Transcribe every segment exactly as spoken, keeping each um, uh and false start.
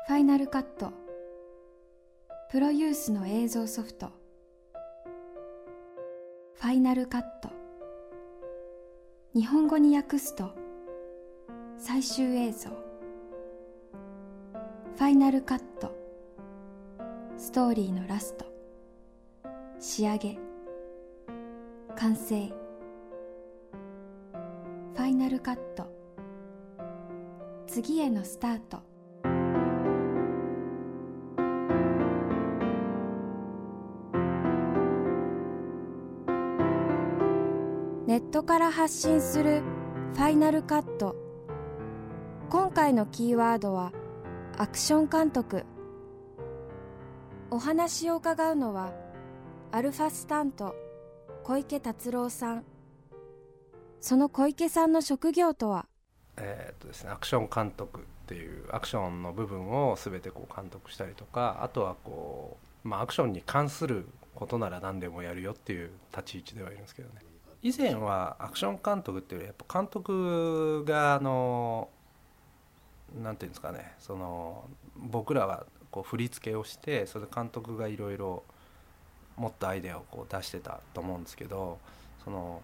ファイナルカット、プロユースの映像ソフト。ファイナルカット、日本語に訳すと最終映像。ファイナルカット、ストーリーのラスト、仕上げ、完成。ファイナルカット、次へのスタート。ネットから発信するファイナルカット。今回のキーワードはアクション監督。お話を伺うのはアルファスタント小池達郎さん。その小池さんの職業とは。 えーっとですね、アクション監督っていうアクションの部分を全てこう監督したりとか、あとはこう、まあ、アクションに関することなら何でもやるよっていう立ち位置ではいるんですけどね。以前はアクション監督っていうよりやっぱ監督があのなんていうんですかね、その僕らはこう振り付けをして、それで監督がいろいろもっとアイデアをこう出してたと思うんですけど、その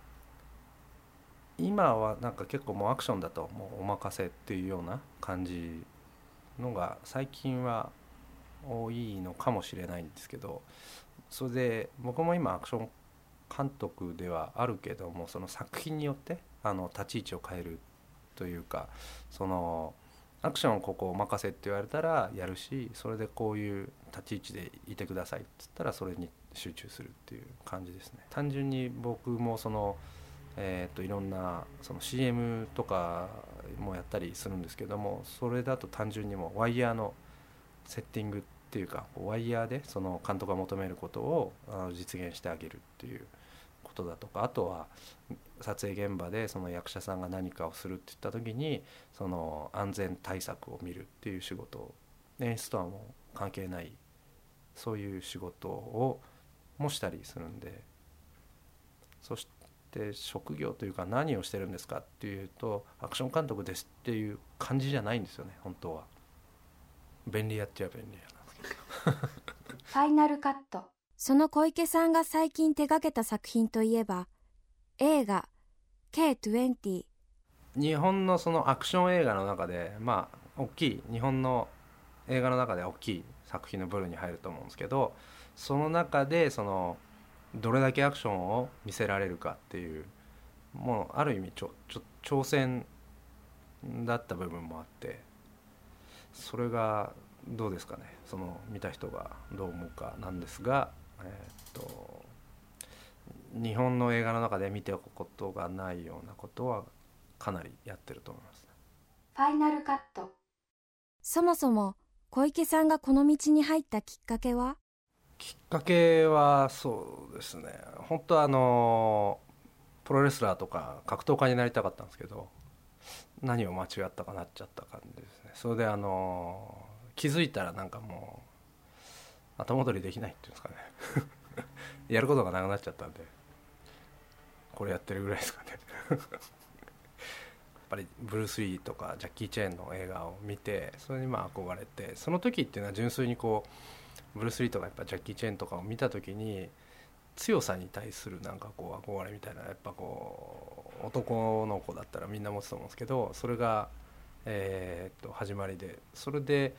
今はなんか結構もうアクションだともうお任せっていうような感じのが最近は多いのかもしれないんですけど、それで僕も今アクション監督ではあるけども、その作品によってあの立ち位置を変えるというか、そのアクションをここお任せって言われたらやるし、それでこういう立ち位置でいてくださいっつったらそれに集中するっていう感じですね。単純に僕もそのえー、といろんなその シーエム とかもやったりするんですけども、それだと単純にもうワイヤーのセッティングっていうか、ワイヤーでその監督が求めることを実現してあげるっていうことだとか、あとは撮影現場でその役者さんが何かをするって言った時にその安全対策を見るっていう仕事、演出とはもう関係ないそういう仕事をもしたりするんで、そしてで職業というか何をしてるんですかっていうと、アクション監督ですっていう感じじゃないんですよね。本当は便利屋って言えば便利屋なんですけどファイナルカット。その小池さんが最近手掛けた作品といえば映画 ケーにじゅう。 日本のそのアクション映画の中でまあ大きい日本の映画の中で大きい作品の部類に入ると思うんですけど、その中でそのどれだけアクションを見せられるかっていう、もうある意味ちょちょ挑戦だった部分もあって、それがどうですかね、その見た人がどう思うかなんですが、えーっと日本の映画の中で見ておくことがないようなことはかなりやってると思います。 ファイナルカット。そもそも小池さんがこの道に入ったきっかけは？ きっかけはそうですね、本当はあのプロレスラーとか格闘家になりたかったんですけど、何を間違ったかなっちゃった感じですね。それであの気づいたらなんかもう後戻りできないっていうんですかねやることがなくなっちゃったんで、これやってるぐらいですかねやっぱりブルース・リーとかジャッキー・チェーンの映画を見て、それにまあ憧れて、その時っていうのは純粋にこうブルース・リーとかやっぱジャッキー・チェーンとかを見た時に強さに対するなんかこう憧れみたいな、やっぱこう男の子だったらみんな持つと思うんですけど、それがえーっと始まりで、それで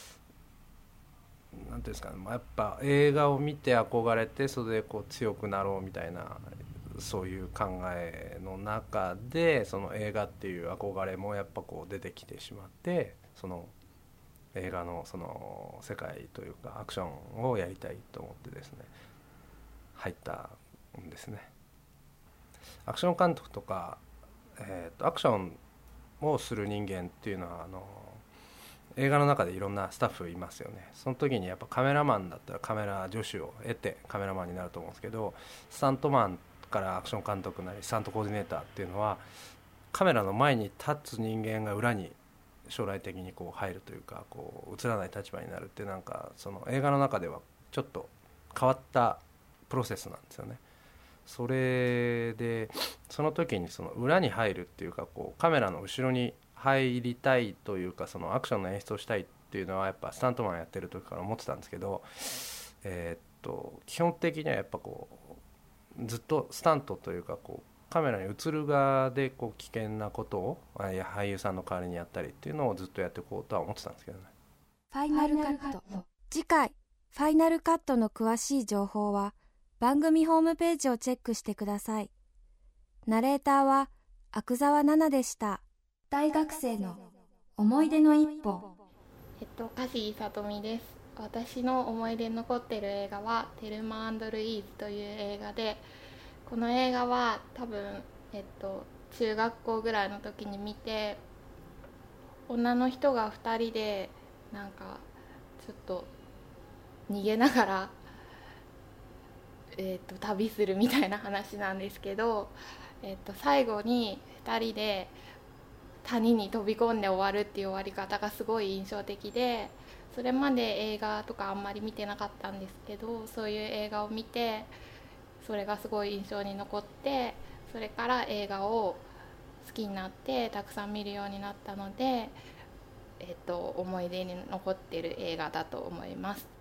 なんていうんですかね、やっぱ映画を見て憧れて、それでこう強くなろうみたいな、そういう考えの中でその映画っていう憧れもやっぱこう出てきてしまって、その映画のその世界というかアクションをやりたいと思ってですね入ったんですね。アクション監督とか、えー、とアクションをする人間っていうのはあの映画の中でいろんなスタッフいますよね。その時にやっぱカメラマンだったらカメラ助手を得てカメラマンになると思うんですけど、スタントマンからアクション監督なりスタントコーディネーターっていうのはカメラの前に立つ人間が裏に将来的にこう入るというか、こう映らない立場になるって、なんかその映画の中ではちょっと変わったプロセスなんですよね。それでその時にその裏に入るっていうか、こうカメラの後ろに入りたいというか、そのアクションの演出をしたいっっていうのはやっぱスタントマンやってる時から思ってたんですけど、えー、っと基本的にはやっぱこうずっとスタントというかこうカメラに映る側でこう危険なことを俳優さんの代わりにやったりっていうのをずっとやっていこうとは思ってたんですけどね。 ファイナルカット。次回ファイナルカットの詳しい情報は番組ホームページをチェックしてください。ナレーターは阿久澤奈々でした。大学生の思い出の一本。 えっと、梶井さとみです。私の思い出に残っている映画はテルマ&ルイーズという映画で、この映画は多分、えっと、中学校ぐらいの時に見て、女の人がふたりでなんかちょっと逃げながら、えっと、旅するみたいな話なんですけど、えっと、最後にふたりで谷に飛び込んで終わるっていう終わり方がすごい印象的で、それまで映画とかあんまり見てなかったんですけど、そういう映画を見てそれがすごい印象に残って、それから映画を好きになってたくさん見るようになったので、えっと、思い出に残っている映画だと思います。